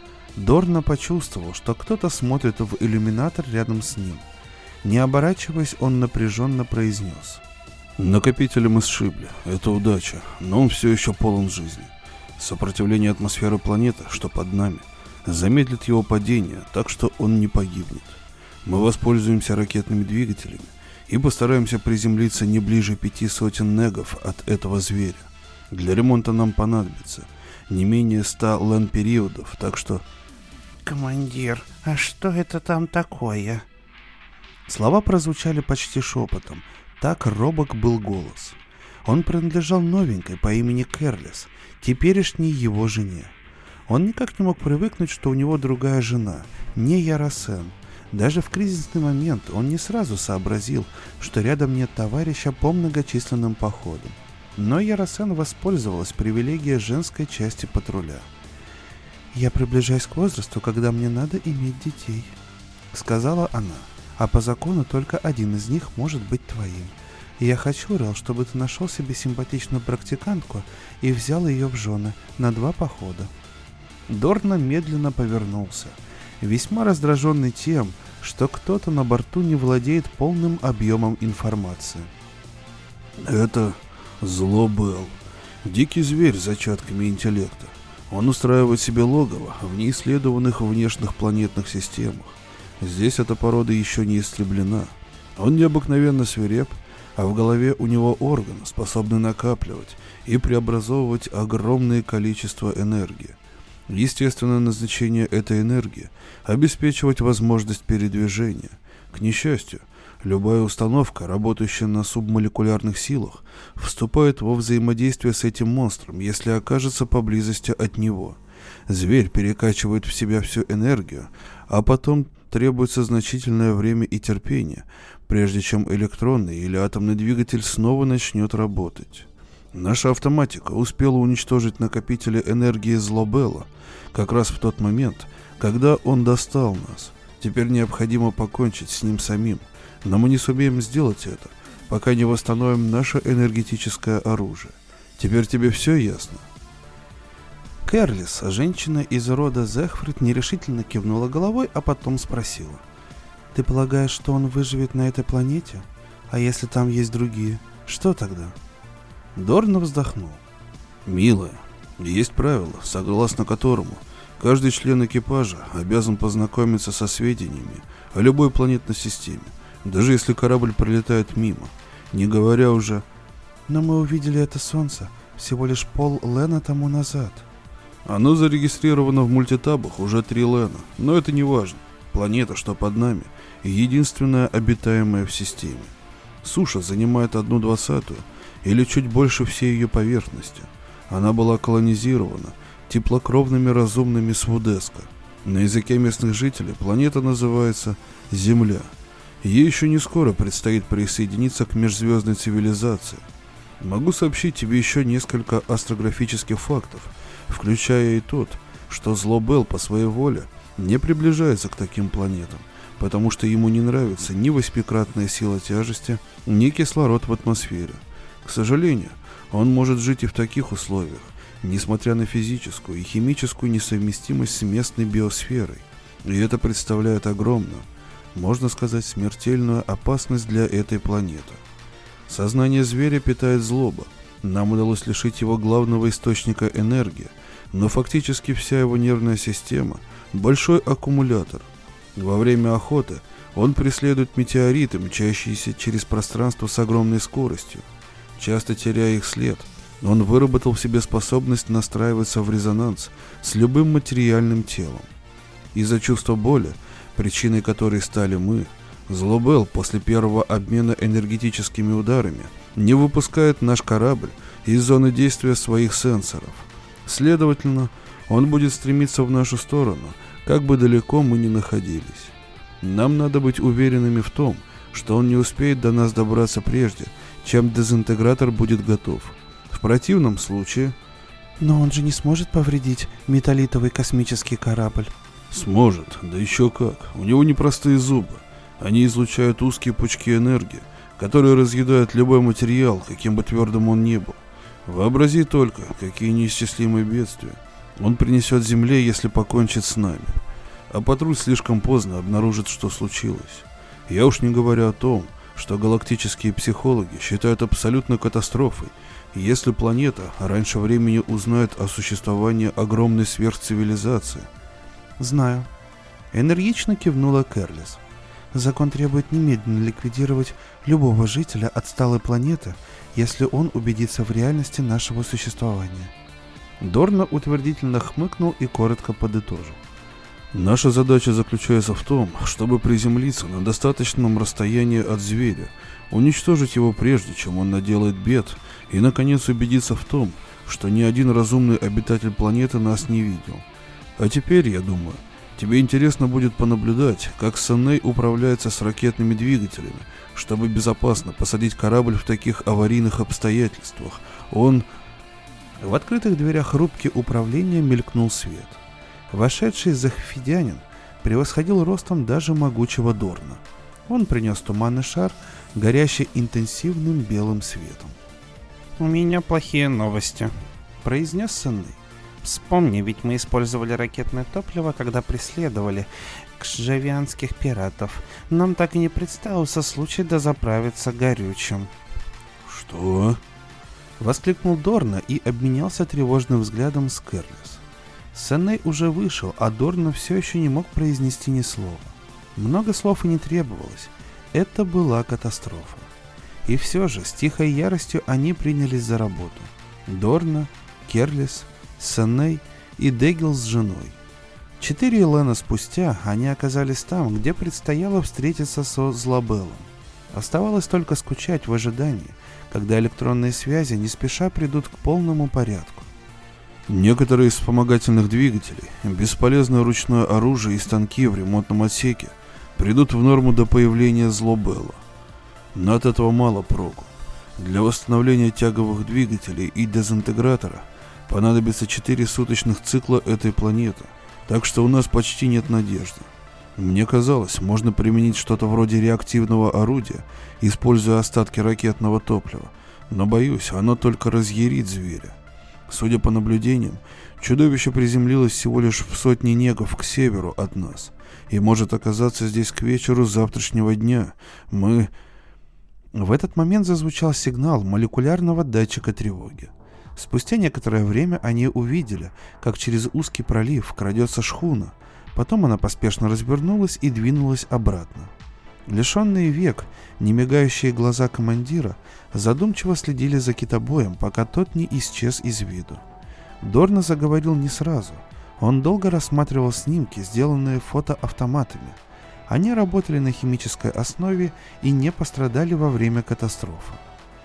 Дорна почувствовал, что кто-то смотрит в иллюминатор рядом с ним. Не оборачиваясь, он напряженно произнес: «Накопители мы сшибли, это удача, но он все еще полон жизни. Сопротивление атмосферы планеты, что под нами, замедлит его падение, так что он не погибнет. Мы воспользуемся ракетными двигателями и постараемся приземлиться не ближе пяти сотен негов от этого зверя. Для ремонта нам понадобится не менее ста лэн-периодов, так что... Командир, а что это там такое? Слова прозвучали почти шепотом, так робок был голос. Он принадлежал новенькой по имени Кэрлис, теперешней его жене. Он никак не мог привыкнуть, что у него другая жена, не Яросен. Даже в кризисный момент он не сразу сообразил, что рядом нет товарища по многочисленным походам. Но Яросен воспользовалась привилегией женской части патруля. «Я приближаюсь к возрасту, когда мне надо иметь детей», — сказала она, «а по закону только один из них может быть твоим. И я хочу, Рэл, чтобы ты нашел себе симпатичную практикантку и взял ее в жены на два похода». Дорна медленно повернулся, весьма раздраженный тем, что кто-то на борту не владеет полным объемом информации. «Это Злобел, дикий зверь с зачатками интеллекта. Он устраивает себе логово в неисследованных внешних планетных системах. Здесь эта порода еще не истреблена. Он необыкновенно свиреп, а в голове у него орган, способный накапливать и преобразовывать огромное количество энергии. Естественное назначение этой энергии – обеспечивать возможность передвижения. К несчастью, любая установка, работающая на субмолекулярных силах, вступает во взаимодействие с этим монстром, если окажется поблизости от него. Зверь перекачивает в себя всю энергию, а потом требуется значительное время и терпение, прежде чем электронный или атомный двигатель снова начнет работать. Наша автоматика успела уничтожить накопители энергии Злобела как раз в тот момент, когда он достал нас. Теперь необходимо покончить с ним самим, но мы не сумеем сделать это, пока не восстановим наше энергетическое оружие. Теперь тебе все ясно?» Кэрлис, женщина из рода Зехфрид, нерешительно кивнула головой, а потом спросила: «Ты полагаешь, что он выживет на этой планете? А если там есть другие, что тогда?» Дорна вздохнул. «Милая, есть правило, согласно которому каждый член экипажа обязан познакомиться со сведениями о любой планетной системе, даже если корабль пролетает мимо, не говоря уже... Но мы увидели это солнце всего лишь пол лэна тому назад». Оно зарегистрировано в мультитабах уже три лэна, но это не важно. Планета, что под нами, единственная обитаемая в системе. Суша занимает одну двадцатую или чуть больше всей ее поверхности. Она была колонизирована теплокровными разумными с Вудеска. На языке местных жителей планета называется Земля. Ей еще не скоро предстоит присоединиться к межзвездной цивилизации. Могу сообщить тебе еще несколько астрографических фактов, включая и тот, что Злобел по своей воле не приближается к таким планетам, потому что ему не нравится ни восьмикратная сила тяжести, ни кислород в атмосфере. К сожалению, он может жить и в таких условиях, несмотря на физическую и химическую несовместимость с местной биосферой. И это представляет огромную, можно сказать, смертельную опасность для этой планеты. Сознание зверя питает злоба. Нам удалось лишить его главного источника энергии, но фактически вся его нервная система – большой аккумулятор. Во время охоты он преследует метеориты, мчащиеся через пространство с огромной скоростью. Часто теряя их след, он выработал в себе способность настраиваться в резонанс с любым материальным телом. Из-за чувства боли, причиной которой стали мы, Злобел после первого обмена энергетическими ударами не выпускает наш корабль из зоны действия своих сенсоров. Следовательно, он будет стремиться в нашу сторону, как бы далеко мы ни находились. Нам надо быть уверенными в том, что он не успеет до нас добраться прежде, чем дезинтегратор будет готов. В противном случае... «Но он же не сможет повредить металлитовый космический корабль?» «Сможет, да еще как. У него непростые зубы. Они излучают узкие пучки энергии, которые разъедают любой материал, каким бы твердым он ни был. Вообрази только, какие неисчислимые бедствия он принесет Земле, если покончит с нами. А патруль слишком поздно обнаружит, что случилось. Я уж не говорю о том, что галактические психологи считают абсолютно катастрофой, если планета раньше времени узнает о существовании огромной сверхцивилизации». «Знаю», — энергично кивнула Кэрлис. Закон требует немедленно ликвидировать любого жителя отсталой планеты, если он убедится в реальности нашего существования. Дорна утвердительно хмыкнул и коротко подытожил. Наша задача заключается в том, чтобы приземлиться на достаточном расстоянии от зверя, уничтожить его прежде, чем он наделает бед, и, наконец, убедиться в том, что ни один разумный обитатель планеты нас не видел. А теперь, я думаю, тебе интересно будет понаблюдать, как Сеней управляется с ракетными двигателями, чтобы безопасно посадить корабль в таких аварийных обстоятельствах. Он... В открытых дверях рубки управления мелькнул свет. Вошедший захфидянин превосходил ростом даже могучего Дорна. Он принес туманный шар, горящий интенсивным белым светом. «У меня плохие новости», — произнес Сеней. «Вспомни, ведь мы использовали ракетное топливо, когда преследовали кшжавианских пиратов. Нам так и не представился случай дозаправиться горючим». «Что?» — воскликнул Дорна и обменялся тревожным взглядом с Кэрлис. Сеней уже вышел, а Дорна все еще не мог произнести ни слова. Много слов и не требовалось. Это была катастрофа. И все же с тихой яростью они принялись за работу. Дорна, Кэрлис, Сеней и Дегил с женой. Четыре Элена спустя они оказались там, где предстояло встретиться со Злобеллом. Оставалось только скучать в ожидании, когда электронные связи не спеша придут к полному порядку. Некоторые из вспомогательных двигателей, бесполезное ручное оружие и станки в ремонтном отсеке придут в норму до появления Злобелла. Но от этого мало проку. Для восстановления тяговых двигателей и дезинтегратора понадобится четыре суточных цикла этой планеты, так что у нас почти нет надежды. Мне казалось, можно применить что-то вроде реактивного орудия, используя остатки ракетного топлива, но, боюсь, оно только разъярит зверя. Судя по наблюдениям, чудовище приземлилось всего лишь в сотне негов к северу от нас и может оказаться здесь к вечеру завтрашнего дня. Мы... В этот момент зазвучал сигнал молекулярного датчика тревоги. Спустя некоторое время они увидели, как через узкий пролив крадется шхуна. Потом она поспешно развернулась и двинулась обратно. Лишенные век, немигающие глаза командира задумчиво следили за китобоем, пока тот не исчез из виду. Дорна заговорил не сразу. Он долго рассматривал снимки, сделанные фотоавтоматами. Они работали на химической основе и не пострадали во время катастрофы.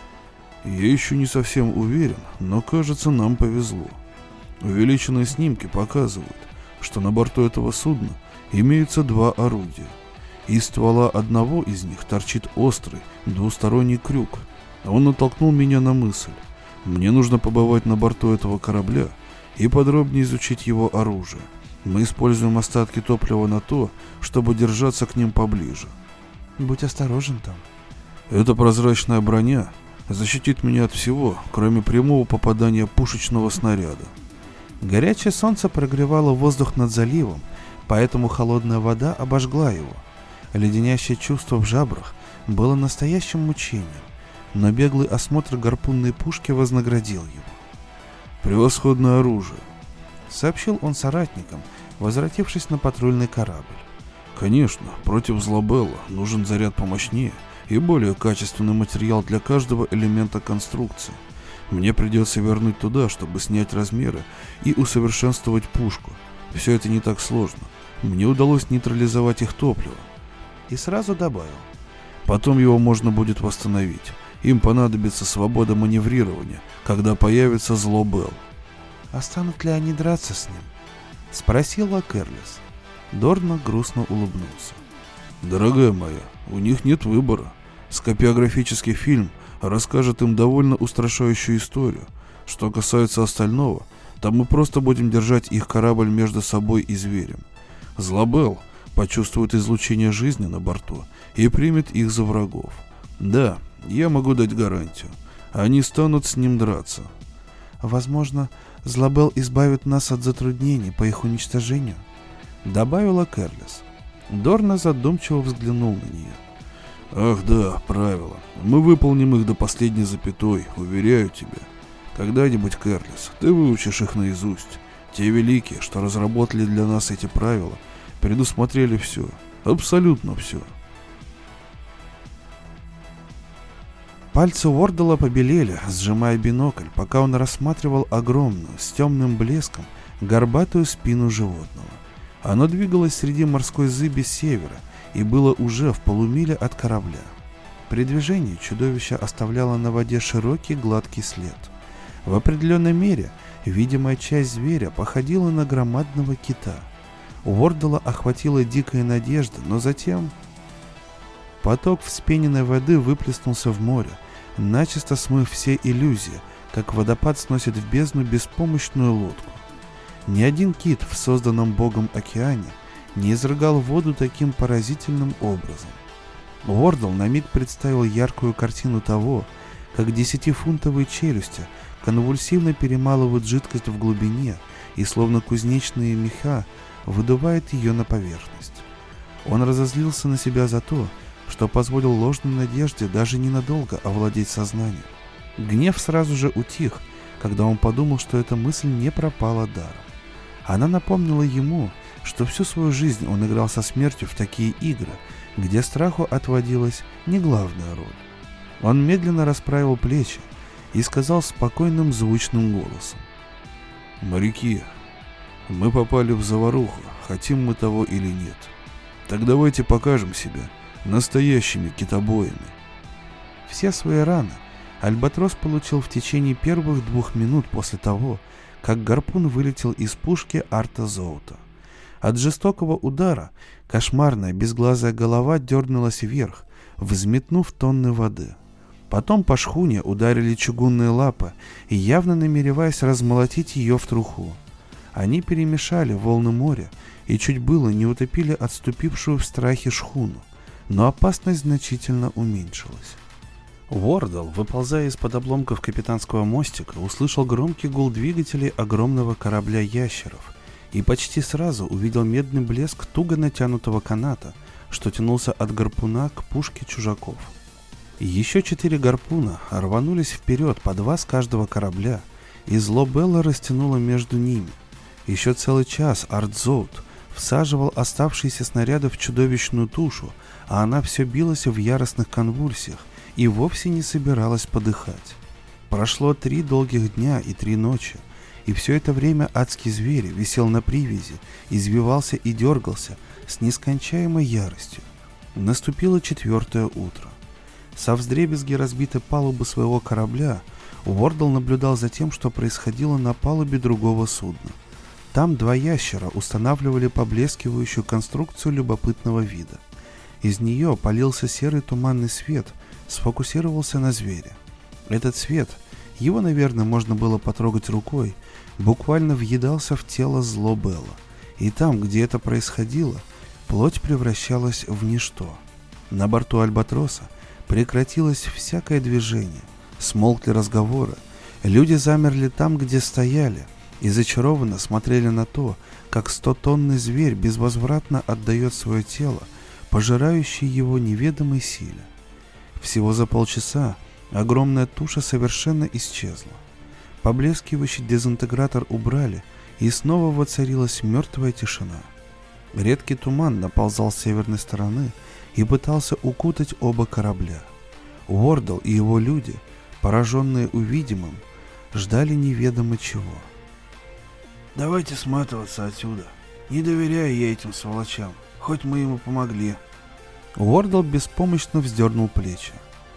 Я еще не совсем уверен, но кажется, нам повезло. Увеличенные снимки показывают, что на борту этого судна имеются два орудия. Из ствола одного из них торчит острый двусторонний крюк. Он натолкнул меня на мысль. Мне нужно побывать на борту этого корабля и подробнее изучить его оружие. Мы используем остатки топлива на то, чтобы держаться к ним поближе. Будь осторожен там. Эта прозрачная броня защитит меня от всего, кроме прямого попадания пушечного снаряда. Горячее солнце прогревало воздух над заливом, поэтому холодная вода обожгла его. Леденящее чувство в жабрах было настоящим мучением, но беглый осмотр гарпунной пушки вознаградил его. «Превосходное оружие», — сообщил он соратникам, возвратившись на патрульный корабль. «Конечно, против Злобелла нужен заряд помощнее и более качественный материал для каждого элемента конструкции. Мне придется вернуть туда, чтобы снять размеры и усовершенствовать пушку. Все это не так сложно. Мне удалось нейтрализовать их топливо». И сразу добавил: «Потом его можно будет восстановить. Им понадобится свобода маневрирования, когда появится Злобелл». «А станут ли они драться с ним?» — спросила Кэрлис. Дорна грустно улыбнулся. «Дорогая моя, у них нет выбора. Скопиографический фильм расскажет им довольно устрашающую историю. Что касается остального, то мы просто будем держать их корабль между собой и зверем. Злобелл почувствует излучение жизни на борту и примет их за врагов. Да, я могу дать гарантию. Они станут с ним драться». «Возможно, Злобелл избавит нас от затруднений по их уничтожению», — добавила Кэрлис. Дорна задумчиво взглянул на нее. «Ах да, правила. Мы выполним их до последней запятой, уверяю тебя. Когда-нибудь, Кэрлис, ты выучишь их наизусть. Те великие, что разработали для нас эти правила, предусмотрели все, абсолютно все. Пальцы Уордала побелели, сжимая бинокль, пока он рассматривал огромную, с темным блеском, горбатую спину животного. Оно двигалось среди морской зыби с севера и было уже в полумиле от корабля. При движении чудовище оставляло на воде широкий гладкий след. В определенной мере видимая часть зверя походила на громадного кита. Уордала охватила дикая надежда, но затем... Поток вспененной воды выплеснулся в море, начисто смыв все иллюзии, как водопад сносит в бездну беспомощную лодку. Ни один кит в созданном Богом океане не изрыгал воду таким поразительным образом. Уордл на миг представил яркую картину того, как десятифунтовые челюсти конвульсивно перемалывают жидкость в глубине и, словно кузнечные меха, выдувает ее на поверхность. Он разозлился на себя за то, что позволил ложной надежде даже ненадолго овладеть сознанием. Гнев сразу же утих, когда он подумал, что эта мысль не пропала даром. Она напомнила ему, что всю свою жизнь он играл со смертью в такие игры, где страху отводилась не главная роль. Он медленно расправил плечи и сказал спокойным звучным голосом: «Моряки, мы попали в заваруху, хотим мы того или нет. Так давайте покажем себя настоящими китобоями». Все свои раны Альбатрос получил в течение первых двух минут после того, как гарпун вылетел из пушки Арта Зоута. От жестокого удара кошмарная безглазая голова дернулась вверх, взметнув тонны воды. Потом по шхуне ударили чугунные лапы, явно намереваясь размолотить ее в труху. Они перемешали волны моря и чуть было не утопили отступившую в страхе шхуну, но опасность значительно уменьшилась. Уордл, выползая из-под обломков капитанского мостика, услышал громкий гул двигателей огромного корабля ящеров и почти сразу увидел медный блеск туго натянутого каната, что тянулся от гарпуна к пушке чужаков. Еще четыре гарпуна рванулись вперед, по два с каждого корабля, и зло Белла растянуло между ними. Еще целый час Арт Зоут всаживал оставшиеся снаряды в чудовищную тушу, а она все билась в яростных конвульсиях и вовсе не собиралась подыхать. Прошло три долгих дня и три ночи, и все это время адский зверь висел на привязи, извивался и дергался с нескончаемой яростью. Наступило четвертое утро. Со вдребезги разбитой палубы своего корабля Уордл наблюдал за тем, что происходило на палубе другого судна. Там два ящера устанавливали поблескивающую конструкцию любопытного вида. Из нее полился серый туманный свет, сфокусировался на звере. Этот свет, его, наверное, можно было потрогать рукой, буквально въедался в тело зло Белла. И там, где это происходило, плоть превращалась в ничто. На борту Альбатроса прекратилось всякое движение, смолкли разговоры, люди замерли там, где стояли, и зачарованно смотрели на то, как стотонный зверь безвозвратно отдает свое тело, пожирающей его неведомой силе. Всего за полчаса огромная туша совершенно исчезла. Поблескивающий дезинтегратор убрали, и снова воцарилась мертвая тишина. Редкий туман наползал с северной стороны и пытался укутать оба корабля. Уордл и его люди, пораженные увидимым, ждали неведомо чего. «Давайте сматываться отсюда. Не доверяю я этим сволочам, хоть мы ему помогли». Уордл беспомощно вздернул плечи.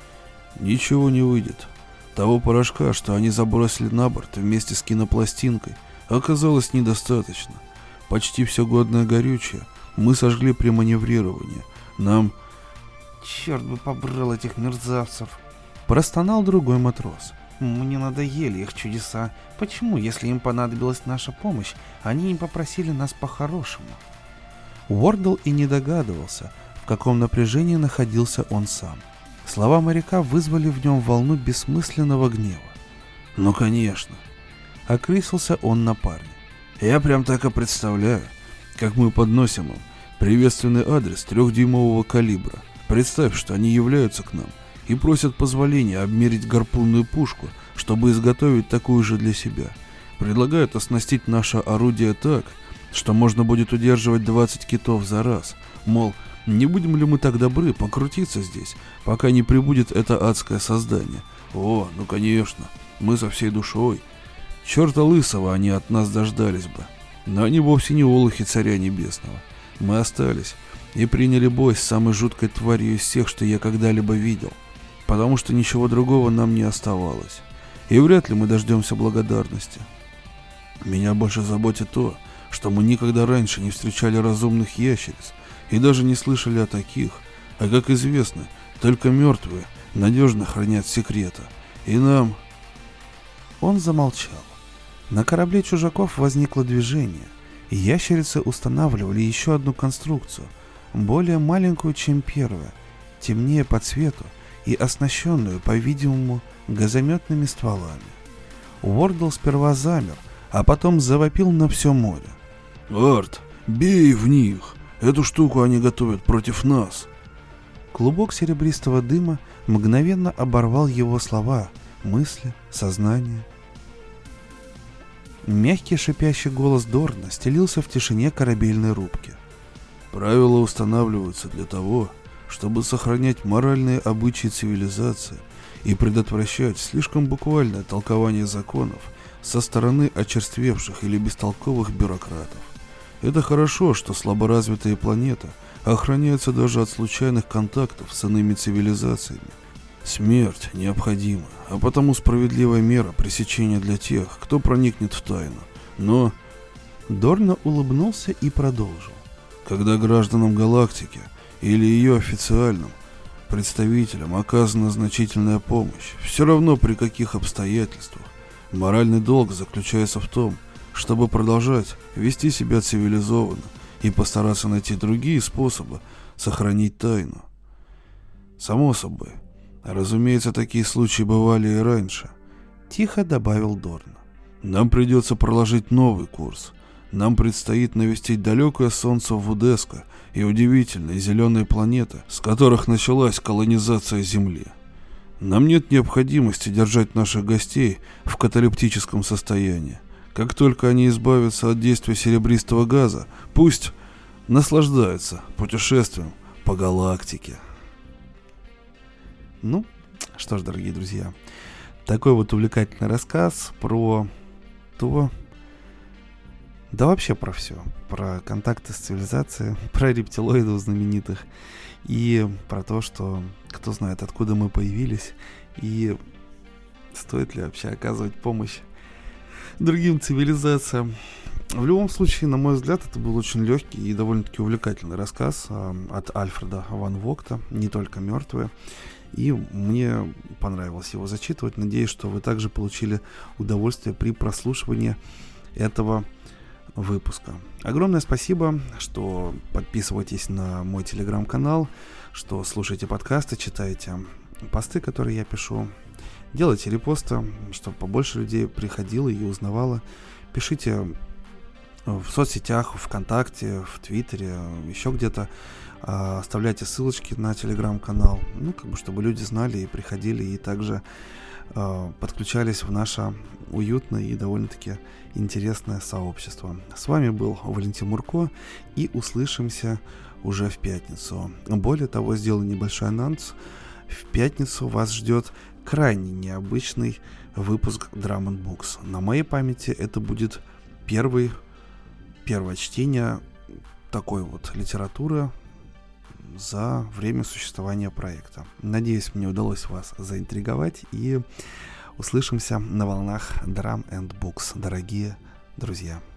«Ничего не выйдет. Того порошка, что они забросили на борт вместе с кинопластинкой, оказалось недостаточно. Почти все годное горючее мы сожгли при маневрировании. Нам...» «Черт бы побрал этих мерзавцев!» Простонал другой матрос. «Мне надоели их чудеса. Почему, если им понадобилась наша помощь, они не попросили нас по-хорошему?» Уордл и не догадывался, в каком напряжении находился он сам. Слова моряка вызвали в нем волну бессмысленного гнева. «Ну, конечно!» — окрысился он на парня. «Я прям так и представляю, как мы подносим им приветственный адрес трехдюймового калибра. Представь, что они являются к нам и просят позволения обмерить гарпунную пушку, чтобы изготовить такую же для себя. Предлагают оснастить наше орудие так, что можно будет удерживать двадцать китов за раз. Мол, Не будем ли мы так добры покрутиться здесь, пока не прибудет это адское создание? О, ну конечно, мы со всей душой. Черта лысого они от нас дождались бы. Но они вовсе не олухи царя небесного. Мы остались и приняли бой с самой жуткой тварью из всех, что я когда-либо видел. Потому что ничего другого нам не оставалось. И вряд ли мы дождемся благодарности. Меня больше заботит то, что мы никогда раньше не встречали разумных ящериц и даже не слышали о таких. А как известно, только мертвые надежно хранят секреты. И нам... Он замолчал. На корабле чужаков возникло движение, и ящерицы устанавливали еще одну конструкцию, более маленькую, чем первая, темнее по цвету и оснащенную, по-видимому, газометными стволами. Уордл сперва замер, а потом завопил на все море. «Арт, бей в них! Эту штуку они готовят против нас!» Клубок серебристого дыма мгновенно оборвал его слова, мысли, сознание. Мягкий шипящий голос Дорна стелился в тишине корабельной рубки. «Правила устанавливаются для того, чтобы сохранять моральные обычаи цивилизации и предотвращать слишком буквальное толкование законов со стороны очерствевших или бестолковых бюрократов. Это хорошо, что слаборазвитые планеты охраняются даже от случайных контактов с иными цивилизациями. Смерть необходима, а потому справедливая мера пресечения для тех, кто проникнет в тайну. Но...» Дорна улыбнулся и продолжил. «Когда гражданам галактики или ее официальным представителям оказана значительная помощь, все равно при каких обстоятельствах, моральный долг заключается в том, чтобы продолжать вести себя цивилизованно и постараться найти другие способы сохранить тайну. Само собой, разумеется, такие случаи бывали и раньше», — тихо добавил Дорн. «Нам придется проложить новый курс. Нам предстоит навестить далекое солнце Вудеска и удивительные зеленые планеты, с которых началась колонизация Земли. Нам нет необходимости держать наших гостей в каталептическом состоянии. Как только они избавятся от действия серебристого газа, пусть наслаждаются путешествием по галактике». Ну, что ж, дорогие друзья, такой вот увлекательный рассказ про то, да вообще про все, про контакты с цивилизацией, про рептилоидов знаменитых и про то, что кто знает, откуда мы появились и стоит ли вообще оказывать помощь другим цивилизациям. В любом случае, на мой взгляд, это был очень легкий и довольно-таки увлекательный рассказ э, от Альфреда ван Вогта, не только мертвые. И мне понравилось его зачитывать. Надеюсь, что вы также получили удовольствие при прослушивании этого выпуска. Огромное спасибо, что подписываетесь на мой телеграм-канал, что слушаете подкасты, читаете посты, которые я пишу. Делайте репосты, чтобы побольше людей приходило и узнавало. Пишите в соцсетях, ВКонтакте, в Твиттере, еще где-то. Оставляйте ссылочки на телеграм-канал, ну, как бы, чтобы люди знали и приходили, и также э, подключались в наше уютное и довольно-таки интересное сообщество. С вами был Валентин Мурко, и услышимся уже в пятницу. Более того, сделаю небольшой анонс. В пятницу вас ждет крайне необычный выпуск Drum and Books. На моей памяти это будет первый, первое чтение такой вот литературы за время существования проекта. Надеюсь, мне удалось вас заинтриговать, и услышимся на волнах Drum and Books, дорогие друзья.